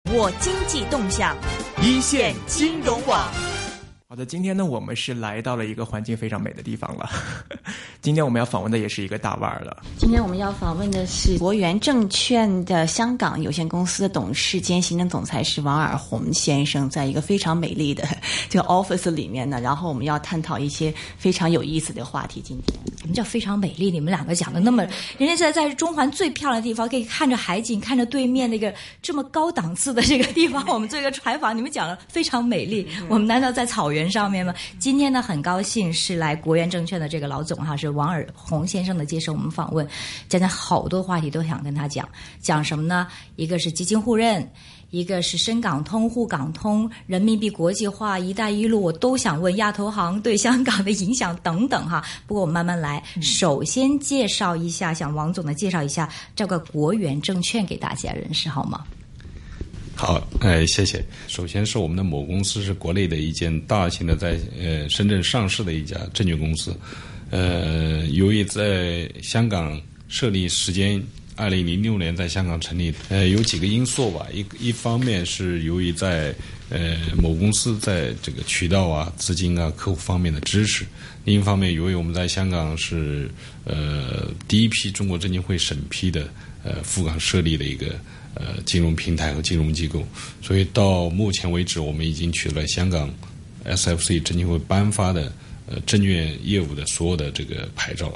握经济动向， 一线金融网。 好的，今天呢，我们是来到了一个环境非常美的地方了。今天我们要访问的也是一个大腕儿了。 今天我们要访问的是国元证券的香港有限公司的董事兼行政总裁是王尔洪先生，在一个非常美丽的这个 office 里面呢，然后我们要探讨一些非常有意思的话题。今天什么叫非常美丽？你们两个讲的那么，人家现在在中环最漂亮的地方，可以看着海景，看着对面那个这么高档次的这个地方，我们做一个采访，你们讲的非常美丽。我们难道在草原上面吗？今天呢，很高兴是来国元证券的这个老总哈，是王尔洪先生的接受我们访问，讲好多话题都想跟他讲什么呢？一个是基金互认，一个是深港通、沪港通、人民币国际化、一带一路，我都想问亚投行对香港的影响等等哈。不过我们慢慢来，首先介绍一下，向王总的介绍一下这个国元证券给大家认识好吗？ 好，谢谢。首先是我们的母公司是国内的一间大型的在深圳上市的一家证券公司。由于在香港设立时间2006年在香港成立，有几个因素吧。一方面是由于在某公司在这个渠道啊、资金啊、客户方面的支持；另一方面，由于我们在香港是第一批中国证监会审批的赴港设立的一个金融平台和金融机构，所以到目前为止，我们已经取得了香港 SFC 证监会颁发的证券业务的所有的这个牌照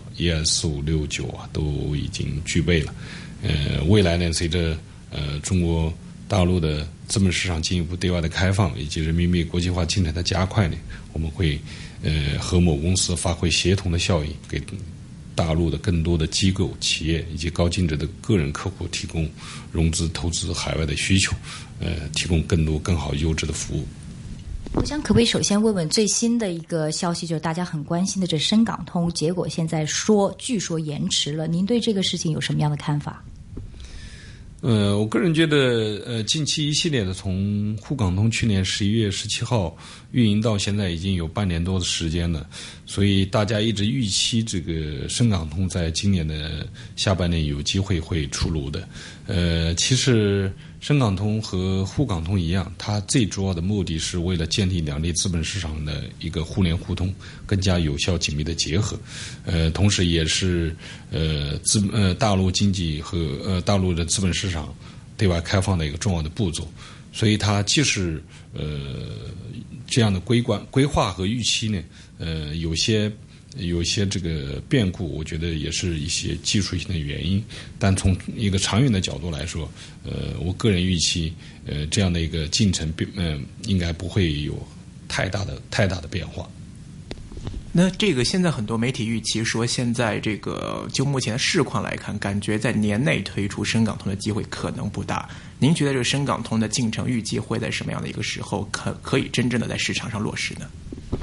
12456啊，都已经具备了。未来呢，随着中国大陆的资本市场进一步对外的开放，以及人民币国际化进程的加快呢，我们会和某公司发挥协同的效应，给大陆的更多的机构、企业以及高净值的个人客户提供融资、投资海外的需求，提供更多更好优质的服务。 我想可不可以首先问问最新的一个消息，就是大家很关心的这深港通，结果现在据说延迟了，您对这个事情有什么样的看法？ 我个人觉得，近期一系列的从沪港通去年11月17号运营到现在已经有半年多的时间了，所以大家一直预期这个深港通在今年的下半年有机会会出炉的。其实深港通和沪港通一样，它最主要的目的是为了建立两地资本市场的一个互联互通，更加有效紧密的结合。同时也是大陆经济和大陆的资本市场对外开放的一个重要的步骤。所以它既是这样的规划和预期呢，有些这个变故，我觉得也是一些技术性的原因。但从一个长远的角度来说，我个人预期，这样的一个进程，应该不会有太大的变化。 那这个现在很多媒体预期说，现在这个就目前的市况来看，感觉在年内推出深港通的机会可能不大。您觉得这个深港通的进程预计会在什么样的一个时候可以真正的在市场上落实呢？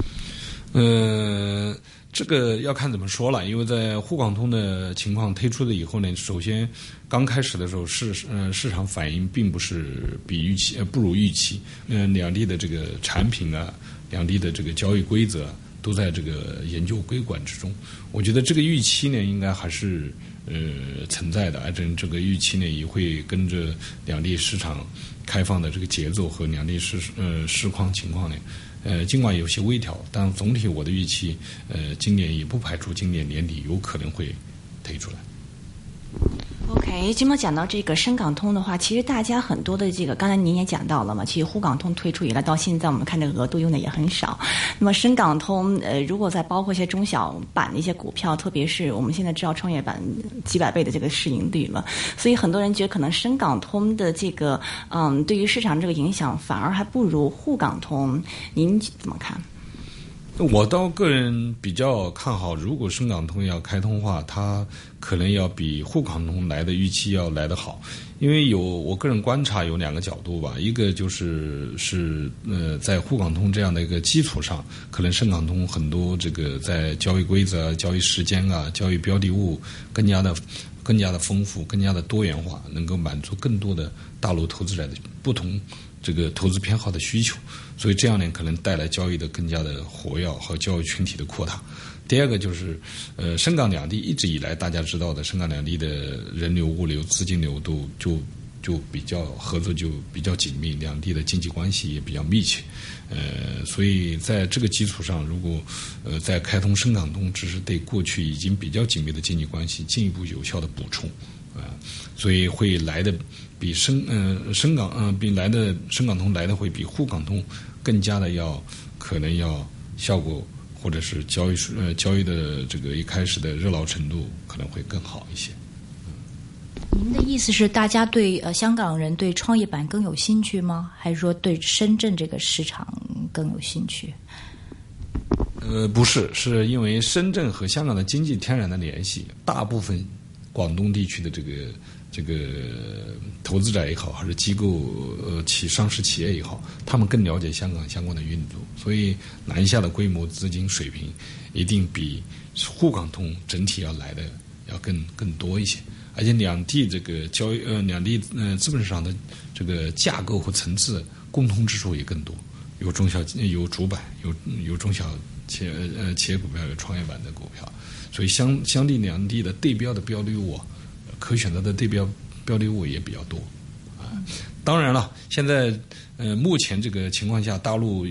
这个要看怎么说了，因为在沪港通的情况推出了以后呢，首先刚开始的时候市场反应并不是不如预期，两地的这个产品啊，两地的这个交易规则都在这个研究规管之中。我觉得这个预期呢，应该还是存在的，而且这个预期呢，也会跟着两地市场开放的这个节奏和两地市况情况呢。尽管有些微调，但总体我的预期，今年也不排除今年年底有可能会推出来。 OK， 今天讲到这个深港通的话，其实大家很多的这个，刚才您也讲到了嘛，其实沪港通推出以来到现在，我们看这个额度用的也很少。那么深港通，如果再包括一些中小板的一些股票，特别是我们现在知道创业板几百倍的这个市盈率了，所以很多人觉得可能深港通的这个对于市场这个影响反而还不如沪港通，您怎么看？ 我倒个人比较看好，如果深港通要开通的话，它可能要比沪港通来的预期要来得好。因为我个人观察有两个角度吧，一个就是在沪港通这样的一个基础上，可能深港通很多这个在交易规则、交易时间啊、交易标的物更加的丰富、更加的多元化，能够满足更多的大陆投资者的不同这个投资偏好的需求，所以这样呢可能带来交易的更加的活跃和交易群体的扩大。第二个就是深港两地一直以来大家知道的，深港两地的人流、物流、资金流都就就合作就比较紧密，两地的经济关系也比较密切。所以在这个基础上，如果在开通深港通，只是对过去已经比较紧密的经济关系进一步有效的补充所以会来的比深港通来的会比沪港通更加的可能要效果或者是交易的这个一开始的热闹程度可能会更好一些。 您的意思是大家对香港人对创业板更有兴趣吗？还是说对深圳这个市场更有兴趣？ 不是，是因为深圳和香港的经济天然的联系，大部分广东地区的这个投资者也好，还是机构上市企业也好，他们更了解香港相关的运作，所以南下的规模、资金水平一定比沪港通整体要来的要更多一些。而且两地这个两地资本市场的这个架构和层次共通之处也更多，有有主板，有中小企业股票，有创业板的股票，所以相对两地的对标的标的物，可选择的对标的物也比较多当然了，现在目前这个情况下，大陆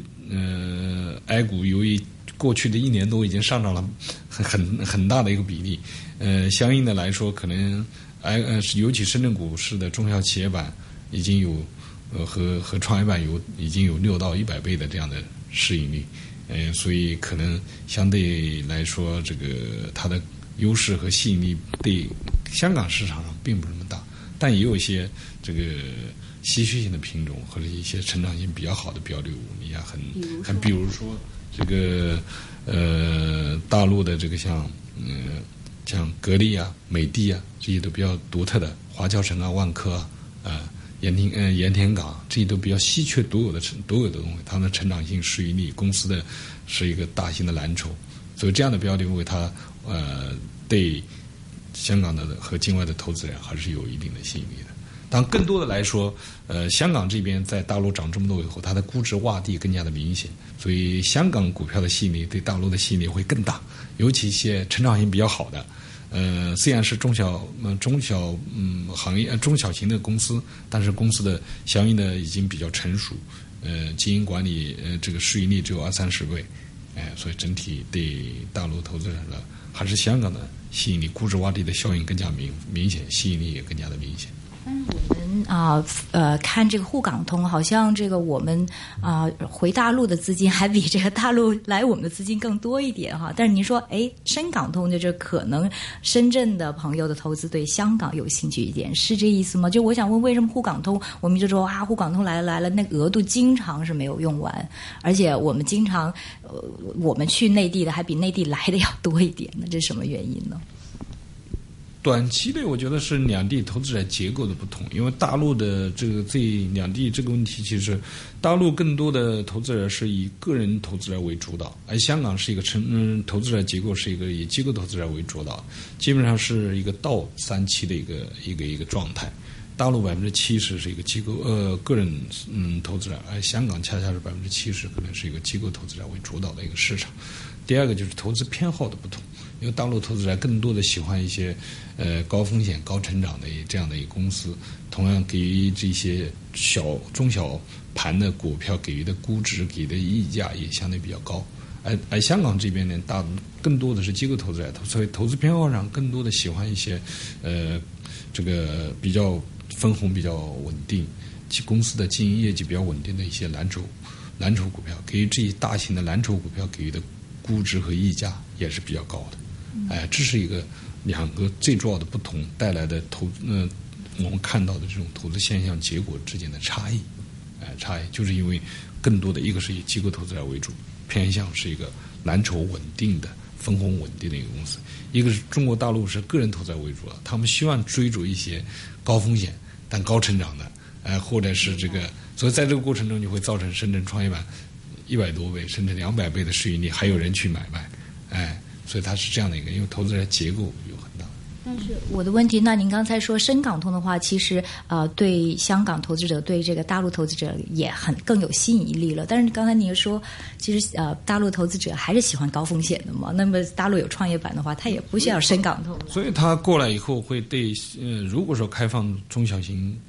A 股由于过去的1年多已经上涨了很大的一个比例，相应的来说，可能尤其深圳股市的中小企业板已经有和创业板已经有6到100倍的这样的市盈率，所以可能相对来说，这个它的优势和吸引力对香港市场上并不是那么大，但也有一些这个稀缺性的品种或者一些成长性比较好的标的物，你也比如说这个大陆的这个像格力啊、美的啊，这些都比较独特的，华侨城啊、万科啊、盐田港，这些都比较稀缺独有的东西，它们的成长性、市盈率，公司的是一个大型的蓝筹，所以这样的标的物它对香港的和境外的投资人还是有一定的吸引力的。当然更多的来说，香港这边在大陆涨这么多以后，它的估值洼地更加的明显，所以香港股票的吸引力对大陆的吸引力会更大，尤其一些成长性比较好的，虽然是中小行业中小型的公司，但是公司的相应的已经比较成熟，经营管理这个市盈率只有20-30倍，所以整体对大陆投资人呢，还是香港的吸引力，估值洼地的效应更加明显，吸引力也更加的明显。 但是我们看这个沪港通，好像这个我们回大陆的资金还比这个大陆来我们的资金更多一点哈。但是您说，深港通这可能深圳的朋友的投资对香港有兴趣一点，是这意思吗？就我想问，为什么沪港通我们就说沪港通来了，那个额度经常是没有用完，而且我们经常我们去内地的还比内地来的要多一点呢？这是什么原因呢？ 短期内我觉得是两地投资者结构的不同，因为大陆的两地这个问题，其实大陆更多的投资者是以个人投资者为主导，而香港是一个投资者结构是一个以机构投资者为主导，基本上是一个倒3期的一个状态。大陆70%是一个机构个人投资者，而香港恰恰是70%可能是一个机构投资者为主导的一个市场。第二个就是投资偏好的不同，因为大陆投资者更多的喜欢一些高风险高成长的这样的一个公司，同样给予这些中小盘的股票给予的估值给的溢价也相对比较高，而香港这边呢，更多的是机构投资者，所以投资偏好上更多的喜欢一些这个比较分红比较稳定，其公司的经营业绩比较稳定的一些蓝筹股票，给予这些大型的蓝筹股票给予的估值和溢价也是比较高的，这是两个最重要的不同带来的我们看到的这种投资现象结果之间的差异，就是因为更多的一个是以机构投资者为主，偏向是一个蓝筹稳定的分红稳定的一个公司，一个是中国大陆是个人投资者为主的，他们希望追逐一些高风险但高成长的，或者是这个，所以在这个过程中就会造成深圳创业板100多倍甚至200倍的市盈率，还有人去买卖，所以它是这样的一个，因为投资者结构有很大。 但是我的问题，那您刚才说深港通的话，其实对香港投资者对这个大陆投资者也更有吸引力了。但是刚才您说，其实大陆投资者还是喜欢高风险的嘛。那么大陆有创业板的话，他也不需要深港通。 所以他过来以后会对如果说开放中小型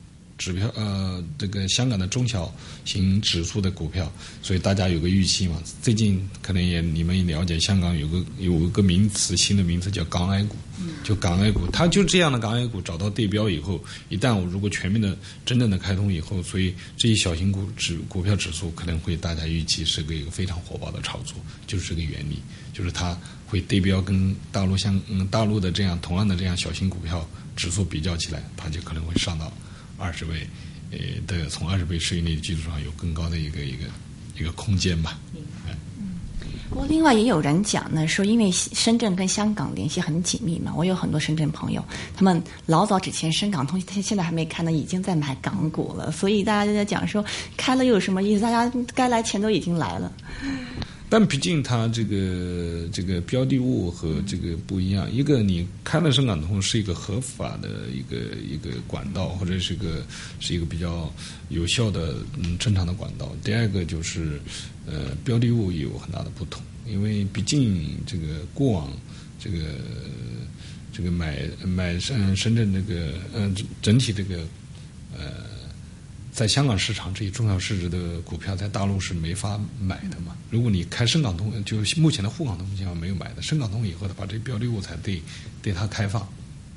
指标这个香港的中小型指数的股票，所以大家有个预期嘛。最近可能你们也了解，香港有一个名词，新的名词叫港 A 股，就港 A 股，它就这样的港 A 股找到对标以后，一旦如果全面的真正的开通以后，所以这些小型股票指数可能会大家预期是一个非常火爆的炒作，就是这个原理，就是它会对标跟大陆的这样同样的这样小型股票指数比较起来，它就可能会上到20倍，从20倍市盈率的基础上有更高的一个空间吧。 不过另外也有人讲呢，说因为深圳跟香港联系很紧密嘛，我有很多深圳朋友，他们老早之前深港通现在还没开呢，已经在买港股了，所以大家就在讲说开了又有什么意思？大家该来钱都已经来了。 但毕竟它这个标的物和这个不一样，一个你开了深港通是一个合法的一个管道，或者是一个比较有效的正常的管道。第二个就是标的物也有很大的不同，因为毕竟这个过往这个买深圳这个整体这个在香港市场这些重要市值的股票在大陆是没法买的嘛。如果你开深港通，就目前的沪港通情况没有买的，深港通以后的把这标的物才对它开放。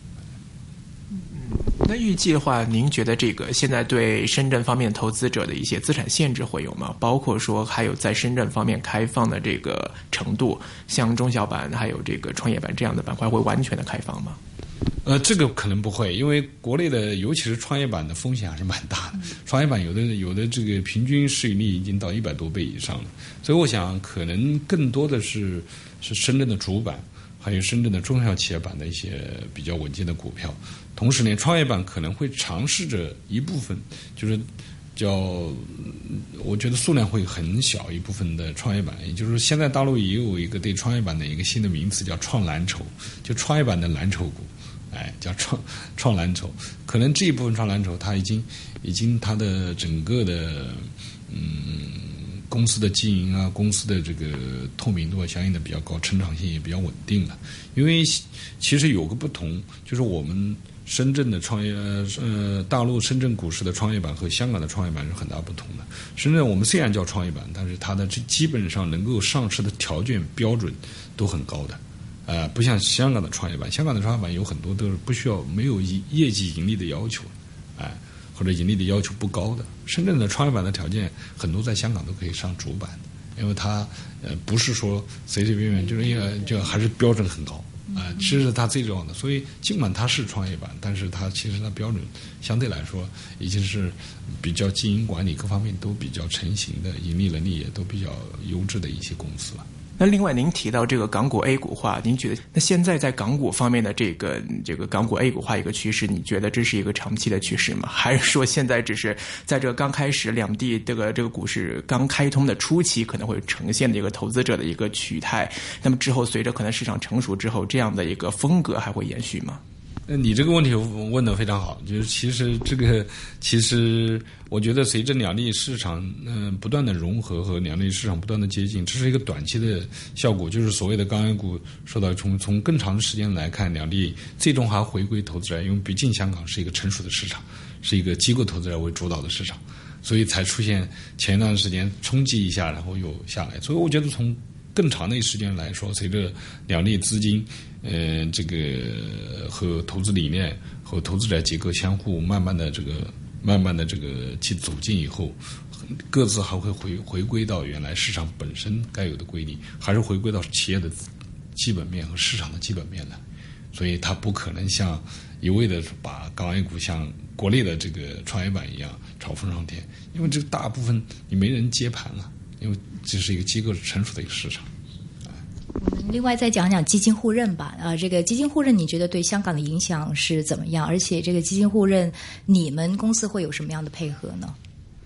那预计的话，您觉得这个现在对深圳方面投资者的一些资产限制会有吗？包括说还有在深圳方面开放的这个程度，像中小板还有这个创业板这样的板块会完全的开放吗？ 这个可能不会，因为国内的尤其是创业板的风险还是蛮大的。创业板有的这个平均市盈率已经到100多倍以上了，所以我想可能更多的是深圳的主板，还有深圳的中小企业板的一些比较稳健的股票。同时呢，创业板可能会尝试着一部分，就是我觉得数量会很小一部分的创业板，也就是说现在大陆也有一个对创业板的一个新的名词叫创蓝筹，就创业板的蓝筹股。叫创蓝筹，可能这一部分创蓝筹，它已经它的整个的公司的经营啊，公司的这个透明度啊，相应的比较高，成长性也比较稳定了。因为其实有个不同，就是我们深圳的大陆深圳股市的创业板和香港的创业板是很大不同的。深圳我们虽然叫创业板，但是它的基本上能够上市的条件标准都很高的。不像香港的创业板，香港的创业板有很多都是没有业绩盈利的要求，或者盈利的要求不高的。深圳的创业板的条件很多在香港都可以上主板，因为它不是说随随便便，就还是标准很高这是它最重要的。所以尽管它是创业板，但是它其实它标准相对来说已经是比较经营管理各方面都比较成型的，盈利能力也都比较优质的一些公司了。 那另外您提到这个港股 A 股化，您觉得那现在在港股方面的这个港股 A 股化一个趋势，你觉得这是一个长期的趋势吗？还是说现在只是在这刚开始两地这个股市刚开通的初期可能会呈现的一个投资者的一个取态，那么之后随着可能市场成熟之后，这样的一个风格还会延续吗？ 你这个问题问得非常好，就是其实我觉得随着两地市场不断的融合和两地市场不断的接近，这是一个短期的效果，就是所谓的港 A 股受到从更长的时间来看，两地最终还回归投资者，因为毕竟香港是一个成熟的市场，是一个机构投资者为主导的市场，所以才出现前一段时间冲击一下然后又下来。所以我觉得从更长的时间来说，随着两地资金这个和投资理念和投资者结构相互慢慢的这个去走近以后，各自还会回归到原来市场本身该有的规律，还是回归到企业的基本面和市场的基本面来。所以它不可能像一味的把港 A 股像国内的这个创业板一样炒风上天，因为这个大部分你没人接盘了，因为这是一个机构成熟的一个市场。 我们另外再讲讲基金互认吧。这个基金互认你觉得对香港的影响是怎么样？而且这个基金互认你们公司会有什么样的配合呢？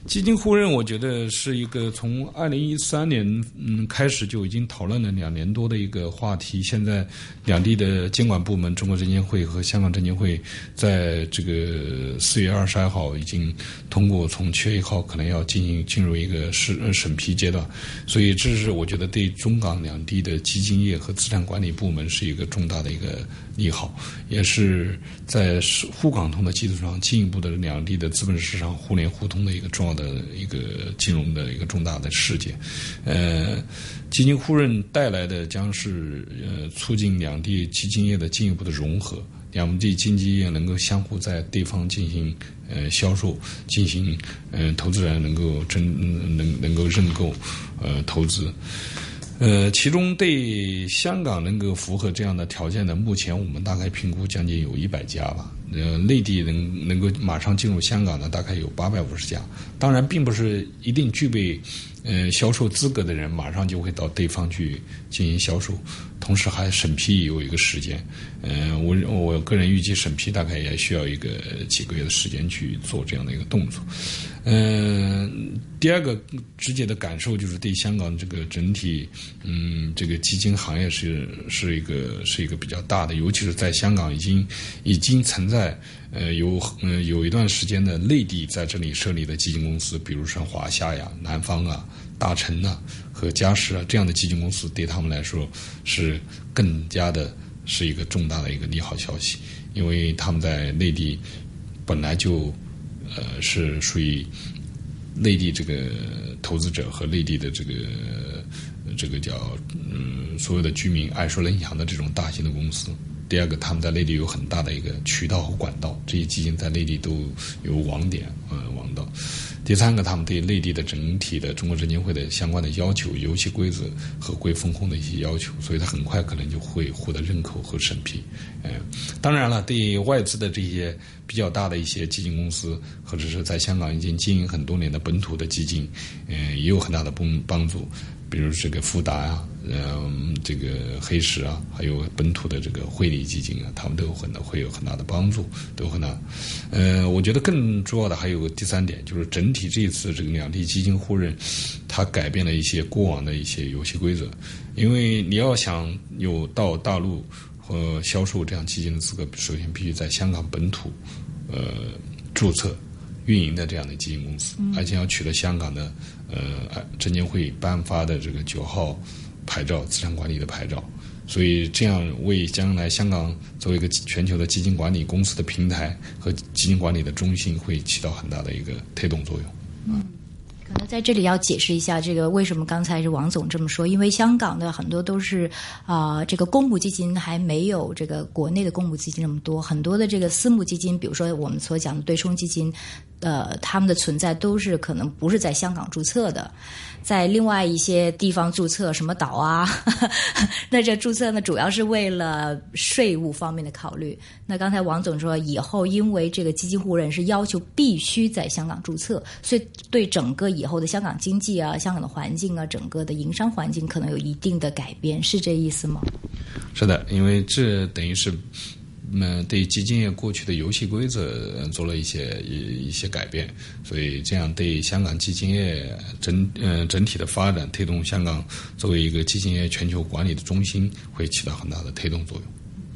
基金互认，我觉得是一个从2013年开始就已经讨论了2年多的一个话题。现在两地的监管部门，中国证监会和香港证监会，在这个4月22号已经通过，从7月1号可能要进入一个审批阶段。所以这是我觉得对中港两地的基金业和资产管理部门是一个重大的一个利好，也是在沪港通的基础上进一步的两地的资本市场互联互通的一个重要的一个金融的一个重大的事件。基金互认带来的将是促进两地基金业的进一步的融合，两地经济业能够相互在对方进行销售，进行投资人能够认购投资。其中对香港能够符合这样的条件的，目前我们大概评估将近有100家吧。内地能够马上进入香港的大概有850家。当然，并不是一定具备销售资格的人马上就会到对方去进行销售，同时还审批有一个时间。我个人预计审批大概也需要几个月的时间去做这样的一个动作。第二个直接的感受就是对香港这个整体这个基金行业是一个比较大的，尤其是在香港已经存在有一段时间的内地在这里设立的基金公司，比如像华夏呀、南方啊、大成啊和嘉实啊这样的基金公司，对他们来说是更加的是一个重大的一个利好消息，因为他们在内地本来就是属于内地这个投资者和内地的这个叫所有的居民耳熟能详的这种大型的公司。第二个，他们在内地有很大的一个渠道和管道，这些基金在内地都有网点网道。第三个，他们对内地的整体的中国证监会的相关的要求、游戏规则和规风控的一些要求，所以它很快可能就会获得认可和审批。当然了，对外资的这些比较大的一些基金公司，或者是在香港已经经营很多年的本土的基金，也有很大的帮助。比如这个富达啊，这个黑石啊，还有本土的这个汇理基金啊，他们都会有很大的帮助，都很大。我觉得更重要的还有第三点，就是整体这一次这个两地基金互认，它改变了一些过往的一些游戏规则。因为你要想有到大陆和销售这样基金的资格，首先必须在香港本土注册运营的这样的基金公司，而且要取得香港的证监会颁发的这个9号牌照，资产管理的牌照。所以这样为将来香港作为一个全球的基金管理公司的平台和基金管理的中心，会起到很大的一个推动作用。 可能在这里要解释一下，这个为什么刚才是王总这么说，因为香港的很多都是这个公募基金还没有这个国内的公募基金那么多，很多的这个私募基金，比如说我们所讲的对冲基金，他们的存在都是可能不是在香港注册的，在另外一些地方注册，什么岛啊那这注册呢主要是为了税务方面的考虑。那刚才王总说以后因为这个基金互认是要求必须在香港注册，所以对整个以后的香港经济啊、香港的环境啊、整个的营商环境可能有一定的改变，是这意思吗？ 是的，因为这等于是对基金业过去的游戏规则做了一些改变，所以这样对香港基金业整体的发展，推动香港作为一个基金业全球管理的中心，会起到很大的推动作用。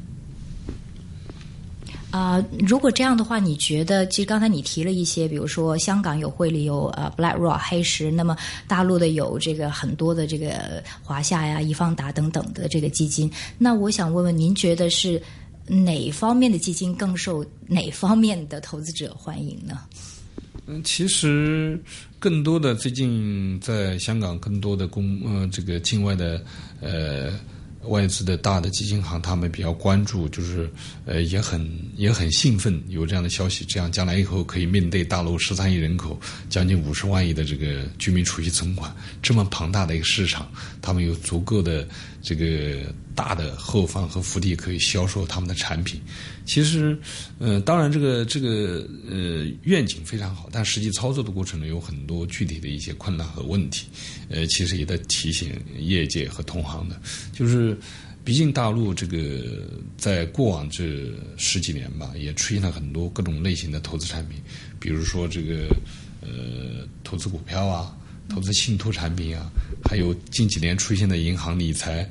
如果这样的话，你觉得其实刚才你提了一些，比如说香港有汇理有BlackRock 黑石，那么大陆的有这个很多的这个华夏呀、易方达等等的这个基金，那我想问问您觉得是哪方面的基金更受哪方面的投资者欢迎呢？ 其实更多的最近在香港更多的这个境外的外资的大的基金行，他们比较关注，就是也很兴奋有这样的消息，这样将来以后可以面对大陆13亿人口、将近50万亿的这个居民储蓄存款这么庞大的一个市场，他们有足够的这个大的后方和腹地可以销售他们的产品。其实当然这个愿景非常好，但实际操作的过程中有很多具体的一些困难和问题。其实也在提醒业界和同行的，就是毕竟大陆这个在过往这10几年吧，也出现了很多各种类型的投资产品，比如说这个投资股票啊，投资信托产品啊，还有近几年出现的银行理财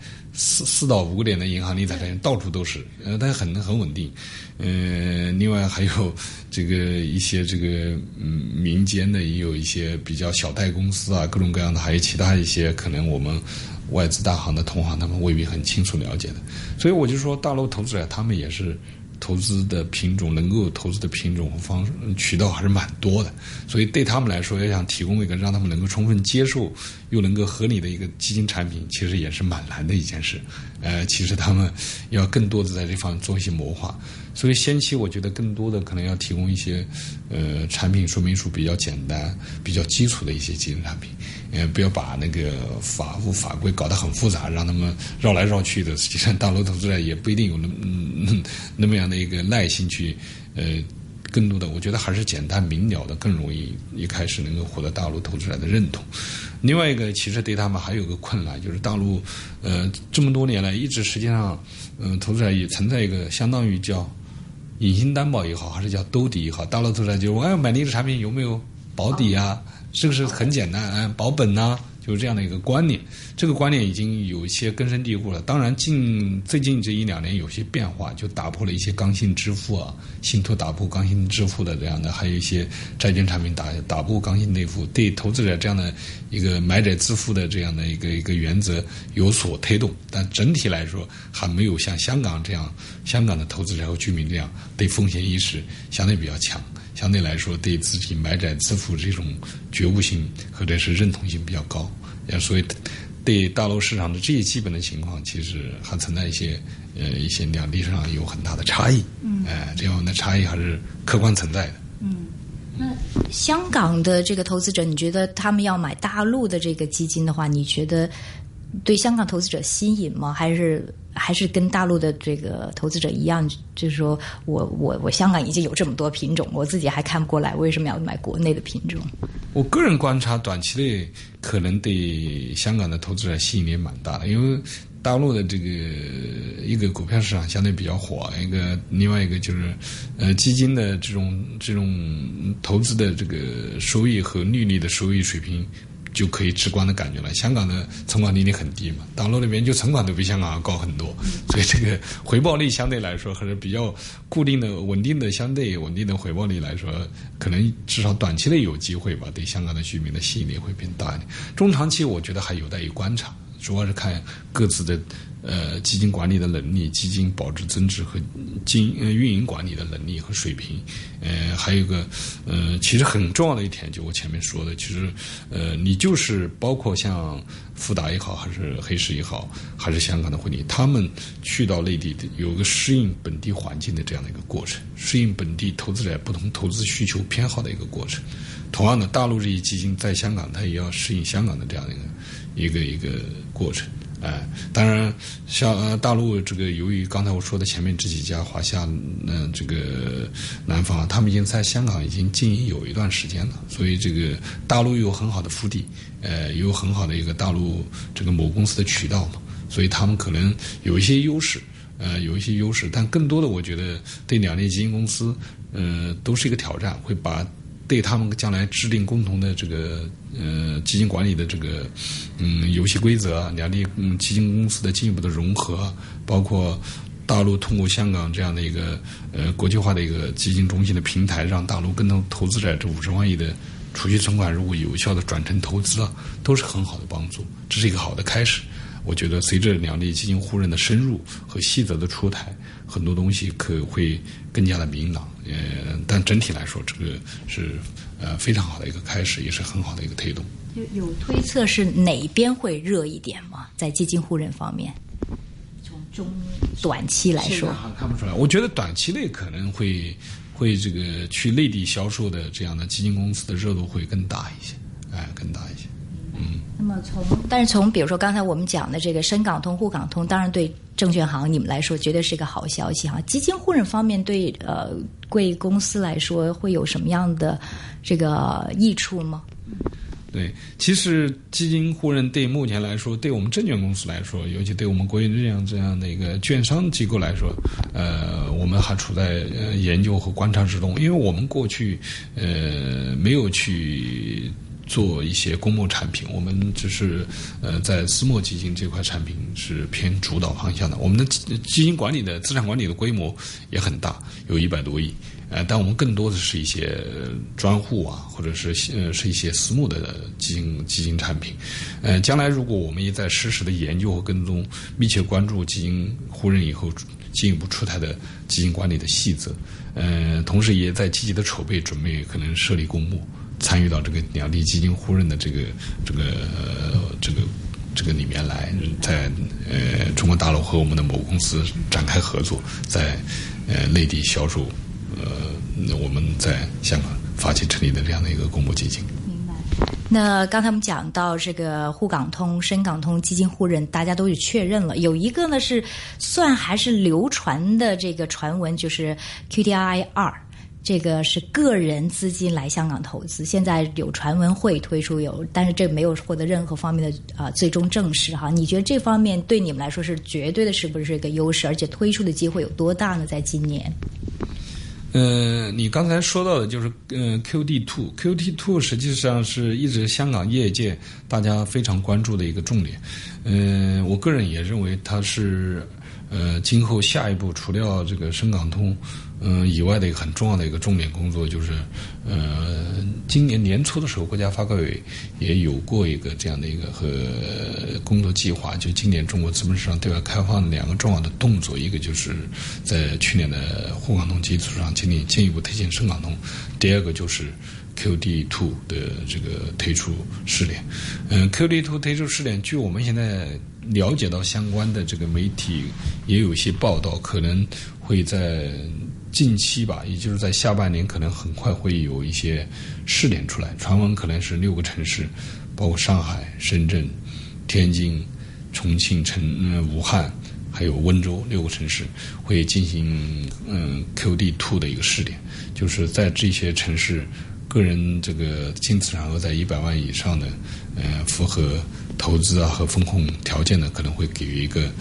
4到5个点的银行理财产品到处都是，但很稳定。另外还有这个一些这个民间的也有一些比较小贷公司啊，各种各样的，还有其他一些可能我们外资大行的同行他们未必很清楚了解的。所以我就说大陆投资者他们也是投资的品种，能够投资的品种和渠道还是蛮多的，所以对他们来说，要想提供一个让他们能够充分接受又能够合理的一个基金产品，其实也是蛮难的一件事。其实他们要更多的在这方面做一些谋划，所以先期我觉得更多的可能要提供一些产品说明书比较简单、比较基础的一些基金产品，不要把那个法务法规搞得很复杂，让他们绕来绕去的。实际上，大陆投资者也不一定有那么样的一个耐心去更多的，我觉得还是简单明了的更容易一开始能够获得大陆投资者的认同。另外一个，其实对他们还有个困难，就是大陆这么多年来一直实际上投资者也存在一个相当于叫隐形担保也好，还是叫兜底也好，大陆投资者就我要买你的产品有没有保底啊？这个是很简单，保本啊，就是这样的一个观念。这个观念已经有一些根深蒂固了。当然，最近这1-2年有些变化，就打破了一些刚性支付啊，信托打破刚性支付的这样的，还有一些债券产品打破刚性内付，对投资者这样的一个买者自负的这样的一个原则有所推动。但整体来说，还没有像香港这样，香港的投资者和居民这样对风险意识相对比较强。相对来说，对自己买债自负这种觉悟性或者是认同性比较高，所以对大陆市场的这些基本的情况，其实还存在一些两地上有很大的差异。这样的差异还是客观存在的。 那香港的这个投资者，你觉得他们要买大陆的这个基金的话，你觉得对香港投资者吸引吗？还是跟大陆的这个投资者一样，就是说我香港已经有这么多品种，我自己还看不过来，为什么要买国内的品种？ 我个人观察，短期内可能对香港的投资者吸引力蛮大的，因为大陆的这个一个股票市场相对比较火，另外一个就是基金的这种投资的这个收益和利率的收益水平就可以直观的感觉了。香港的存款利率很低嘛，大陆那边就存款都比香港要高很多，所以这个回报率相对来说还是比较固定的、稳定的、相对稳定的回报率来说，可能至少短期内有机会吧，对香港的居民的吸引力会变大一点。中长期我觉得还有待于观察，主要是看各自的基金管理的能力、基金保值增值和运营管理的能力和水平。还有一个其实很重要的一点，就我前面说的，其实你就是包括像富达也好，还是黑石也好，还是香港的汇理，他们去到内地有个适应本地环境的这样的一个过程，适应本地投资者不同投资需求偏好的一个过程。同样的，大陆这些基金在香港，它也要适应香港的这样的一个过程。当然，像大陆这个，由于刚才我说的前面这几家华夏，这个南方，他们已经在香港已经经营有一段时间了，所以这个大陆有很好的腹地，有很好的一个大陆这个某公司的渠道嘛，所以他们可能有一些优势，但更多的我觉得对两类基金公司，都是一个挑战，会把对他们将来制定共同的这个基金管理的这个游戏规则，两地基金公司的进一步的融合，包括大陆通过香港这样的一个国际化的一个基金中心的平台，让大陆更多投资者这50万亿的储蓄存款如果有效的转成投资啊，都是很好的帮助，这是一个好的开始。我觉得随着两地基金互认的深入和细则的出台，很多东西会更加的明朗。但整体来说，这个是非常好的一个开始，也是很好的一个推动。 有推测是哪边会热一点吗？在基金互认方面，从短期来说， 还看不出来。我觉得短期内可能会这个去内地销售的这样的基金公司的热度会更大一些，更大一些。 那么但是从比如说刚才我们讲的这个深港通、沪港通，当然对证券行你们来说绝对是一个好消息哈。基金互认方面对贵公司来说会有什么样的这个益处吗？ 对，其实基金互认对目前来说，对我们证券公司来说，尤其对我们国营这样的一个券商机构来说，我们还处在研究和观察之中，因为我们过去没有去做一些公募产品，我们只是在私募基金这块产品是偏主导方向的。我们的基金管理的资产管理的规模也很大，有100多亿。但我们更多的是一些专户啊，或者是一些私募的基金产品。将来如果我们也在实时的研究和跟踪，密切关注基金互认以后进一步出台的基金管理的细则，同时也在积极的筹备，准备可能设立公募，参与到这个两地基金互认的这个里面来，在中国大陆和我们的某公司展开合作，在内地销售。我们在香港发起成立的这样的一个公募基金。 明白。那刚才我们讲到这个沪港通、深港通基金互认，大家都有确认了。有一个呢是算还是流传的这个传闻，就是 QDII 2。这个是个人资金来香港投资，现在有传闻会推出但是这没有获得任何方面的最终证实哈。你觉得这方面对你们来说是绝对的，是不是一个优势？而且推出的机会有多大呢？在今年？ 你刚才说到的就是QD2 实际上是一直香港业界大家非常关注的一个重点。我个人也认为它是今后下一步除了这个深港通以外的一个很重要的一个重点工作，就是今年年初的时候，国家发改委也有过一个这样的一个工作计划，就今年中国资本市场对外开放的2个重要的动作，一个就是在去年的沪港通基础上进一步推进深港通，第二个就是QD2 的这个推出试点。QD2 推出试点，据我们现在了解到相关的这个媒体也有一些报道，可能会在近期吧，也就是在下半年，可能很快会有一些试点出来。传闻可能是6个城市，包括上海、深圳、天津、重庆、武汉，还有温州6个城市会进行QD2 的一个试点，就是在这些城市，个人这个净资产额在100万以上的，符合投资啊和风控条件的，可能会给予一个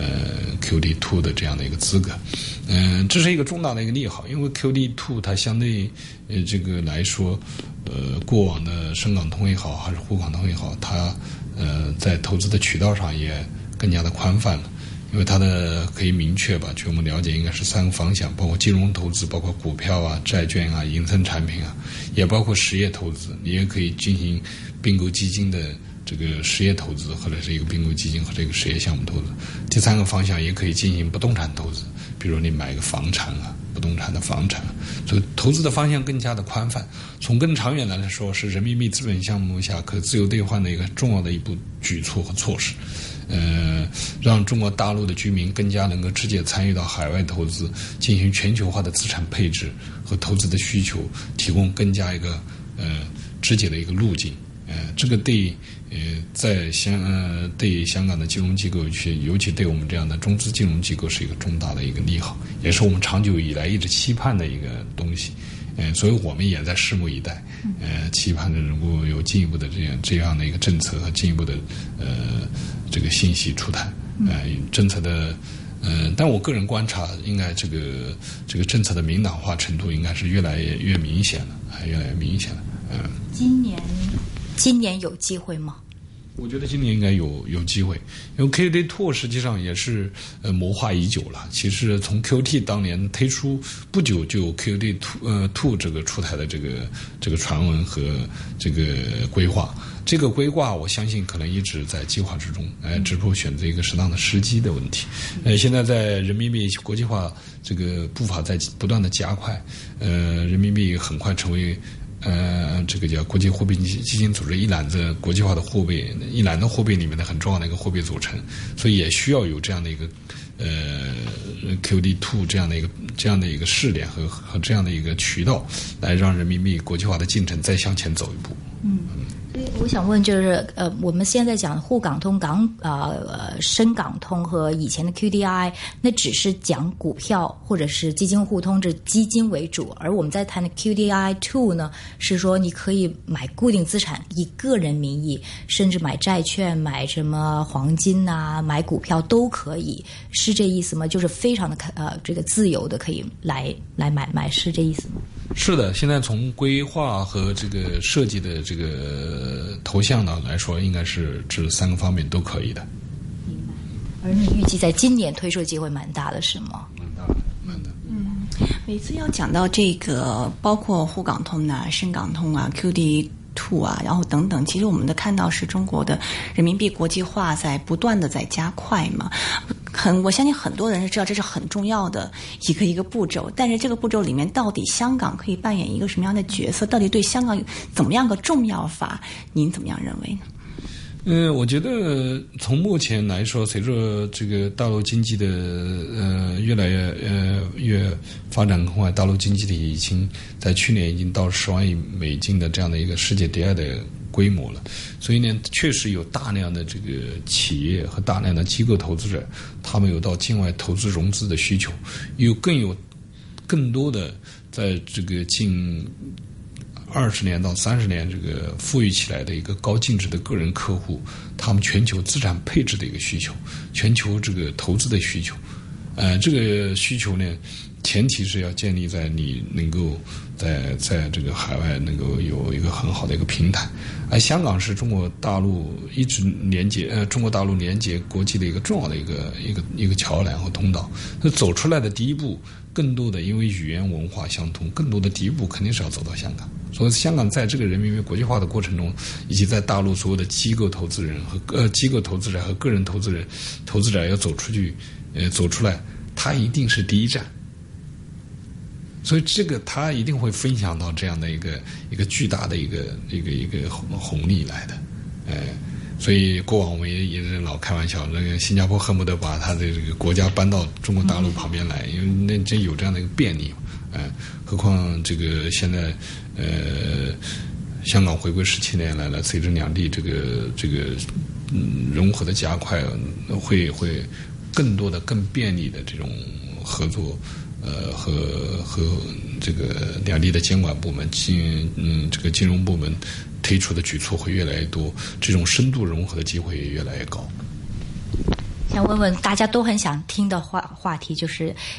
QD2 的这样的一个资格。这是一个重大的一个利好，因为 QD2 它相对这个来说，过往的深港通也好，还是沪港通也好，它在投资的渠道上也更加的宽泛了。因为它的可以明确吧，据我们了解应该是3个方向，包括金融投资，包括股票啊、债券啊、衍生产品啊，也包括实业投资，你也可以进行并购基金的这个实业投资，或者是一个并购基金和这个实业项目投资。第3个方向也可以进行不动产投资，比如你买个房产啊，不动产的房产，所以投资的方向更加的宽泛。从更长远来说，是人民币资本项目下可自由兑换的一个重要的一步举措和措施。让中国大陆的居民更加能够直接参与到海外投资，进行全球化的资产配置和投资的需求，提供更加一个直接的一个路径。这个对香港的金融机构，尤其对我们这样的中资金融机构是一个重大的一个利好，也是我们长久以来一直期盼的一个东西。所以我们也在拭目以待，期盼着如果有进一步的这样的一个政策和进一步的这个信息出台，政策的但我个人观察，应该这个政策的明朗化程度应该是越来越明显了，越来越明显了。 今年有机会吗？ 我觉得今年应该有机会，因为 QD2 实际上也是谋划已久了。其实从 QT 当年推出不久，就有 QD2 这个出台的这个传闻和这个规划。这个规划我相信可能一直在计划之中，只不过选择一个适当的时机的问题。现在在人民币国际化这个步伐在不断的加快，人民币很快成为这个叫国际货币基金组织一揽子国际化的货币，一揽子货币里面的很重要的一个货币组成，所以也需要有这样的一个QD2 这样的一个试点和这样的一个渠道，来让人民币国际化的进程再向前走一步。 所以我想问，就是我们现在讲沪港通、深港通和以前的 QDII， 那只是讲股票或者是基金互通，这基金为主，而我们在谈的 QDII 2呢，是说你可以买固定资产，以个人名义，甚至买债券、买什么黄金啊、买股票都可以，是这意思吗？就是非常的这个自由的可以来买，是这意思吗？ 是的，现在从规划和这个设计的这个投向呢来说，应该是这3个方面都可以的。 明白。而你预计在今年推出的机会蛮大的，是吗？ 蛮大。 每次要讲到这个，包括沪港通啊、深港通啊、QD2啊，然后等等，其实我们的看到是中国的人民币国际化在不断的在加快嘛。我相信很多人是知道这是很重要的一个步骤，但是这个步骤里面到底香港可以扮演一个什么样的角色？到底对香港有怎么样个重要法？您怎么样认为呢？ 我觉得从目前来说，随着这个大陆经济的越来越发展更快，大陆经济体已经在去年已经到10万亿美金的这样的一个世界第2的规模了，所以呢，确实有大量的这个企业和大量的机构投资者，他们有到境外投资融资的需求，有更多的在这个近20年到30年这个富裕起来的一个高净值的个人客户，他们全球资产配置的一个需求，全球这个投资的需求，这个需求呢，前提是要建立在你能够在这个海外能够有一个很好的一个平台，而香港是中国大陆一直中国大陆连接国际的一个重要的一个桥梁和通道。那走出来的第一步，更多的因为语言文化相通，更多的第一步肯定是要走到香港。所以香港在这个人民币国际化的过程中，以及在大陆所有的机构投资人和机构投资者和个人投资者要走出来，它一定是第一站。所以这个它一定会分享到这样的一个巨大的一个红利来的，所以过往我们也是老开玩笑，那个新加坡恨不得把它的这个国家搬到中国大陆旁边来，因为那真有这样的一个便利，何况这个现在香港回归17年来了，随着两地这个融合的加快，会更多的更便利的这种合作。和这个两地的监管部门、这个金融部门推出的举措会越来越多，这种深度融合的机会也越来越高。 想问问大家都很想听的话题，就是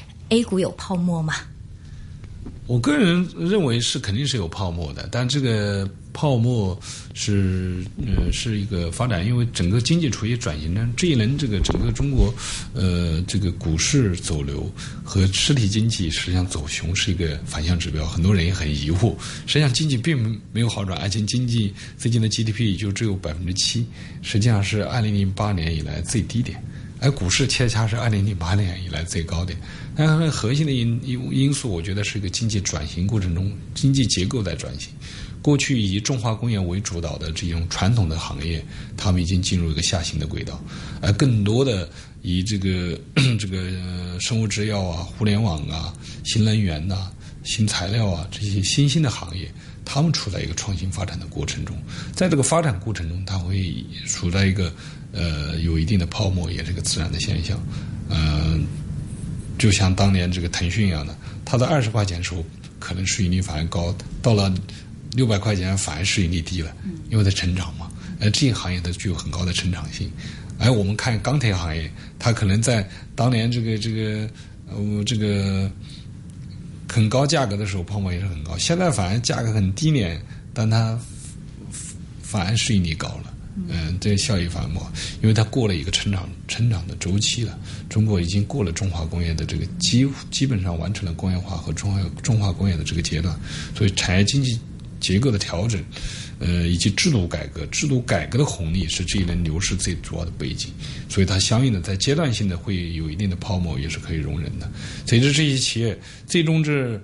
A 股有泡沫吗？ 我个人认为是肯定是有泡沫的，但这个泡沫是一个发展，因为整个经济处于转型呢。这一轮这个整个中国这个股市走流和实体经济实际上走熊是一个反向指标，很多人也很疑惑。实际上经济并没有好转，而且经济最近的 GDP 也就只有7%，实际上是2008年以来最低点。而股市恰恰是2008年以来最高点，但核心的因素，我觉得是一个经济转型过程中，经济结构在转型。过去以重化工业为主导的这种传统的行业，他们已经进入一个下行的轨道，而更多的以这个生物制药啊、互联网啊、新能源啊、新材料啊这些新兴的行业，他们处在一个创新发展的过程中，在这个发展过程中，它会处在一个有一定的泡沫，也是个自然的现象。就像当年这个腾讯一样的，它在20块钱的时候可能市盈率反而高，到了600块钱反而市盈率低了，因为在成长嘛。这些行业都具有很高的成长性。而我们看钢铁行业，它可能在当年这个很高价格的时候泡沫也是很高，现在反而价格很低廉，但它反而市盈率高了。这个效益反而，因为它过了一个成长的周期了。中国已经过了重化工业的这个基本上完成了工业化和重化工业的这个阶段，所以产业经济结构的调整，以及制度改革的红利是这一轮牛市最主要的背景，所以它相应的在阶段性的会有一定的泡沫，也是可以容忍的。随着这些企业最终是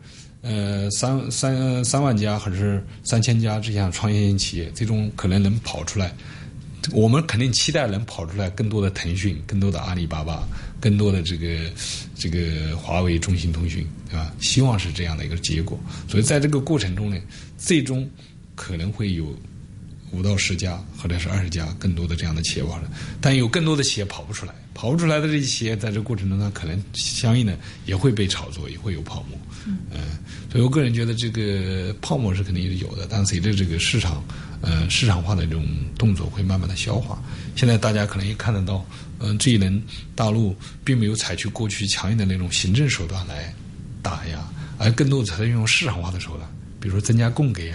3万家还是3000家这样创业型企业，最终可能能跑出来。我们肯定期待能跑出来更多的腾讯，更多的阿里巴巴，更多的这个华为、中兴通讯，对吧？希望是这样的一个结果。所以在这个过程中呢，最终可能会有5到10家或者是20家更多的这样的企业跑出来，但有更多的企业跑不出来的这些企业在这个过程中呢，可能相应的也会被炒作，也会有泡沫。所以我个人觉得这个泡沫是肯定是有的，但随着这个市场化的这种动作会慢慢的消化。现在大家可能也看得到，这一轮大陆并没有采取过去强硬的那种行政手段来打压，而更多的采用市场化的手段，比如说增加供给啊，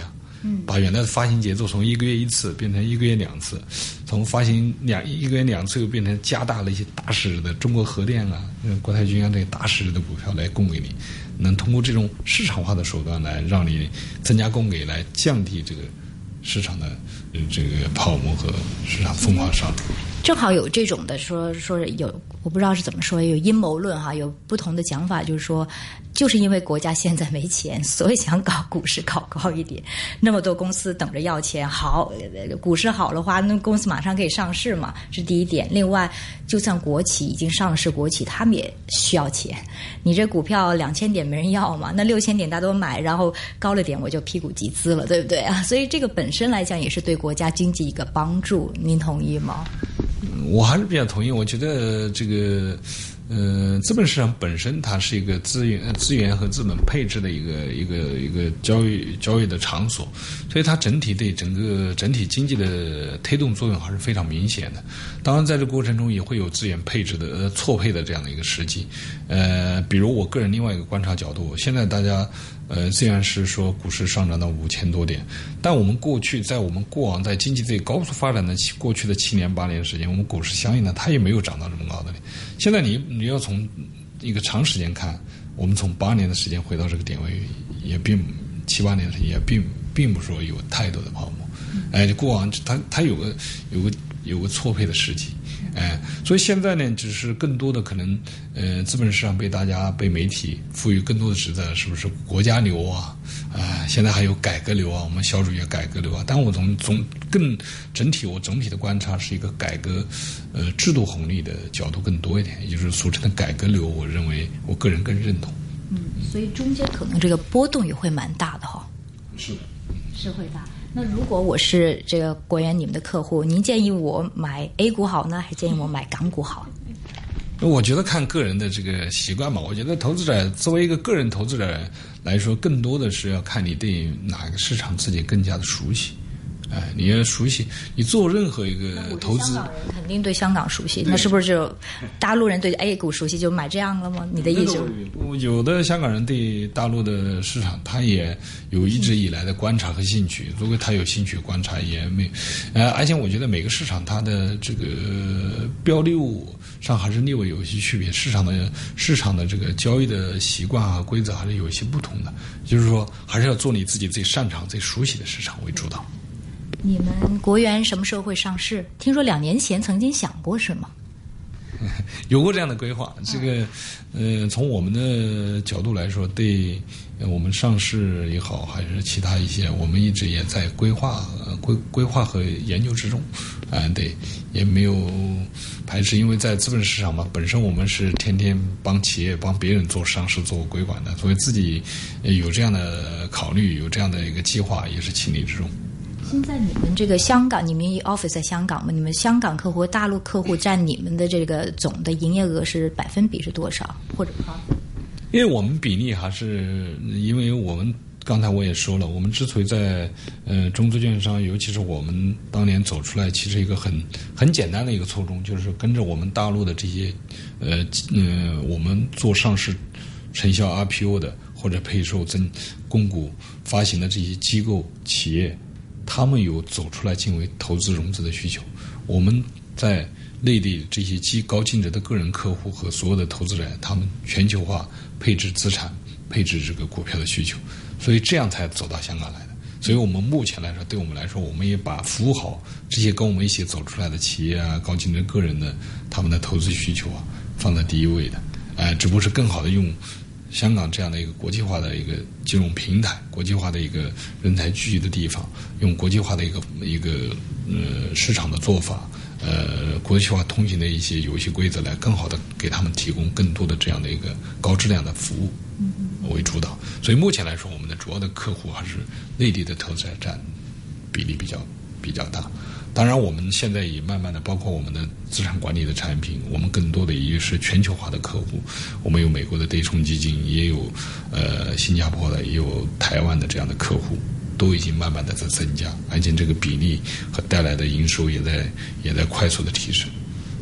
把原来的发行节奏从1个月1次变成1个月2次，从发行1个月2次又变成加大了一些大市值的中国核电啊、国泰君安这些大市值的股票来供给你，能通过这种市场化的手段来让你增加供给，来降低这个市场的这个泡沫和市场疯狂上涨。 正好有这种的说有，我不知道是怎么说，有阴谋论哈，有不同的讲法，就是说，就是因为国家现在没钱，所以想搞股市搞高一点，那么多公司等着要钱，好，股市好的话，那公司马上可以上市嘛，这是第一点。另外，就算国企已经上市，国企他们也需要钱，你这股票2000点没人要嘛，那6000点大家都买，然后高了点我就批股集资了，对不对啊？所以这个本身来讲也是对国家经济一个帮助，您同意吗？ 我还是比较同意，我觉得这个资本市场本身它是一个资源和资本配置的一个交易的场所，所以它整体对整体经济的推动作用还是非常明显的。当然在这个过程中也会有资源配置的错配的这样的一个时机。比如我个人另外一个观察角度，现在大家虽然是说股市上涨到5000多点，但我们在我们过往在经济最高速发展的过去的7年8年时间，我们股市相应的它也没有涨到这么高的点。现在你要从一个长时间看，我们从8年的时间回到这个点位，也并7、8年的时间也并不说有太多的泡沫。过往它有个错配的时机。所以现在呢，只是更多的可能，资本市场被媒体赋予更多的职责，是不是国家流啊？现在还有改革流啊，我们小主义改革流啊。但我从更整体的观察是一个改革，制度红利的角度更多一点，也就是俗称的改革流。我认为我个人更认同。 所以中间可能这个波动也会蛮大的哈。 是的， 是会大。那如果我是这个国元你们的客户，您建议我买 A 股好呢，还是建议我买港股好？ 我觉得看个人的这个习惯嘛。我觉得投资者作为一个个人投资者来说，更多的是要看你对哪个市场自己更加的熟悉。你要熟悉，你做任何一个投资， 香港人肯定对香港熟悉，那是不是就大陆人对 A 股熟悉就买这样了吗？你的意思？ 有的香港人对大陆的市场，他也有一直以来的观察和兴趣。如果他有兴趣观察，也没而且我觉得每个市场它的这个标的物上还是略微有一些区别，市场的这个交易的习惯和规则还是有一些不同的。就是说，还是要做你自己最擅长、最熟悉的市场为主导。 你们国元什么时候会上市？听说2年前曾经想过，是吗？ 有过这样的规划。这个从我们的角度来说，对我们上市也好，还是其他一些，我们一直也在规划和研究之中。对，也没有排斥，因为在资本市场嘛，本身我们是天天帮企业帮别人做上市做规管的，所以自己有这样的考虑，有这样的一个计划，也是情理之中。 现在你们这个香港，你们 office 在香港吗？你们香港客户、大陆客户占你们的这个总的营业额是%是多少？或者因为我们比例还是，因为我们刚才我也说了，我们之所以在中资券商，尤其是我们当年走出来，其实一个很简单的一个初衷，就是跟着我们大陆的这些我们做上市承销 RPO 的或者配售公股发行的这些机构企业，他们有走出来进为投资融资的需求。我们在内地这些高净值的个人客户和所有的投资人，他们全球化配置资产、配置这个股票的需求，所以这样才走到香港来的。所以我们目前来说，对我们来说，我们也把服务好这些跟我们一起走出来的企业啊、高净值个人的他们的投资需求啊，放在第一位的。只不过是更好的用香港这样的一个国际化的一个金融平台，国际化的一个人才聚集的地方，用国际化的一个市场的做法，国际化通行的一些游戏规则，来更好的给他们提供更多的这样的一个高质量的服务为主导。所以目前来说，我们的主要的客户还是内地的投资者占比例比较大。当然我们现在也慢慢的，包括我们的资产管理的产品，我们更多的也是全球化的客户，我们有美国的对冲基金，也有新加坡的，也有台湾的这样的客户，都已经慢慢的在增加，而且这个比例和带来的营收也在快速的提升。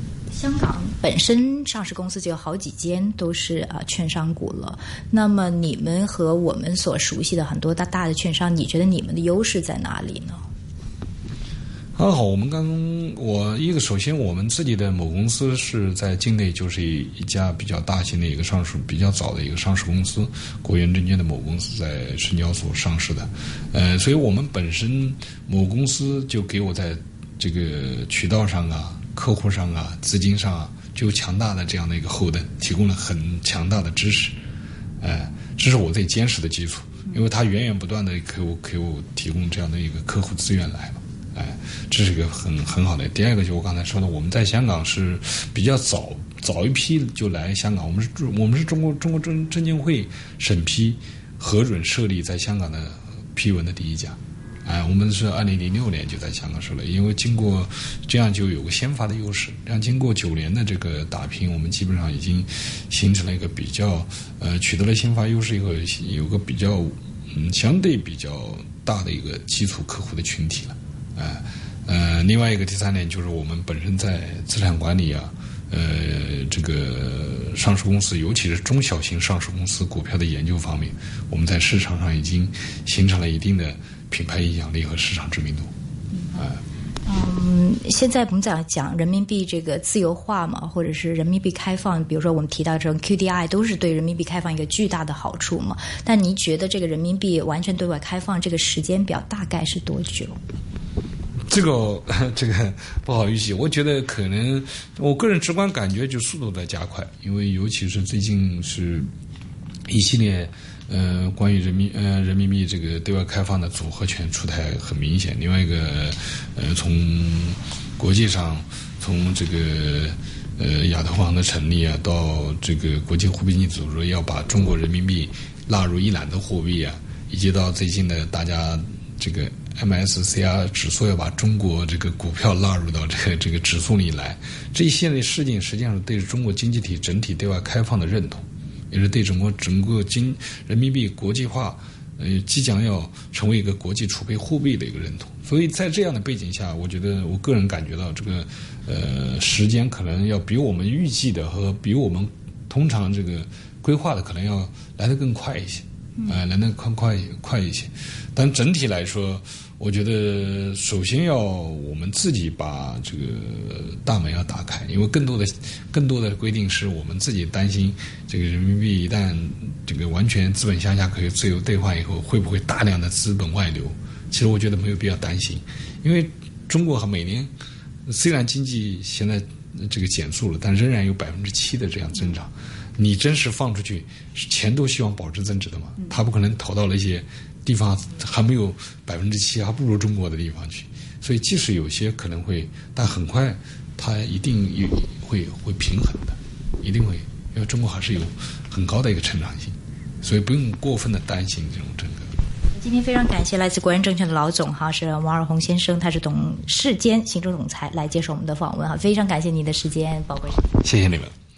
香港本身上市公司就有好几间都是券商股了。那么你们和我们所熟悉的很多大的券商，你觉得你们的优势在哪里呢？ 好，首先我们自己的某公司是在境内就是一家比较大型的一个上市，比较早的一个上市公司，国元证券的某公司在深交所上市的，所以我们本身某公司就给我在这个渠道上啊、客户上啊、资金上啊，就强大的这样的一个后盾，提供了很强大的支持，这是我最坚实的基础，因为它源源不断的给我提供这样的一个客户资源来嘛。这是一个很好的。第二个就是我刚才说的，我们在香港是比较早一批就来香港，我们是中国证监会审批核准设立在香港的批文的第一家。我们是2006年就在香港设立，因为经过这样就有个先发的优势。这样经过9年的这个打拼，我们基本上已经形成了一个比较取得了先发优势以后，有个比较相对比较大的一个基础客户的群体了。另外一个第三点就是我们本身在资产管理啊，这个上市公司，尤其是中小型上市公司股票的研究方面，我们在市场上已经形成了一定的品牌影响力和市场知名度。 现在我们在讲人民币这个自由化嘛，或者是人民币开放，比如说我们提到这种 QDII 都是对人民币开放一个巨大的好处嘛。但您觉得这个人民币完全对外开放这个时间表大概是多久？ 这个不好预计，我觉得可能我个人直观感觉就速度在加快，因为尤其是最近是一系列关于人民币这个对外开放的组合拳出台很明显。另外一个从国际上，从这个亚投行的成立啊，到这个国际货币基金组织要把中国人民币纳入一揽子货币啊，以及到最近的大家这个MSCI 指数要把中国这个股票纳入到这个指数里来，这一系列事件实际上是对中国经济体整体对外开放的认同，也是对整个人民币国际化即将要成为一个国际储备货币的一个认同。所以在这样的背景下，我觉得我个人感觉到这个时间可能要比我们预计的和比我们通常这个规划的可能要来得更快一些，来得快一些。但整体来说，我觉得首先要我们自己把这个大门要打开，因为更多的规定是我们自己担心这个人民币一旦这个完全资本向下可以自由兑换以后，会不会大量的资本外流？其实我觉得没有必要担心，因为中国每年虽然经济现在这个减速了，但仍然有7%的这样增长。你真是放出去，钱都希望保值增值的嘛，他不可能投到了一些地方还没有7%，还不如中国的地方去。所以即使有些可能会，但很快它一定会平衡的，一定会，因为中国还是有很高的一个成长性，所以不用过分的担心这种整个。 今天非常感谢来自国元证券的老总是王尔宏先生，他是董事兼行政总裁来接受我们的访问非常感谢你的时间宝贵。 谢谢你们。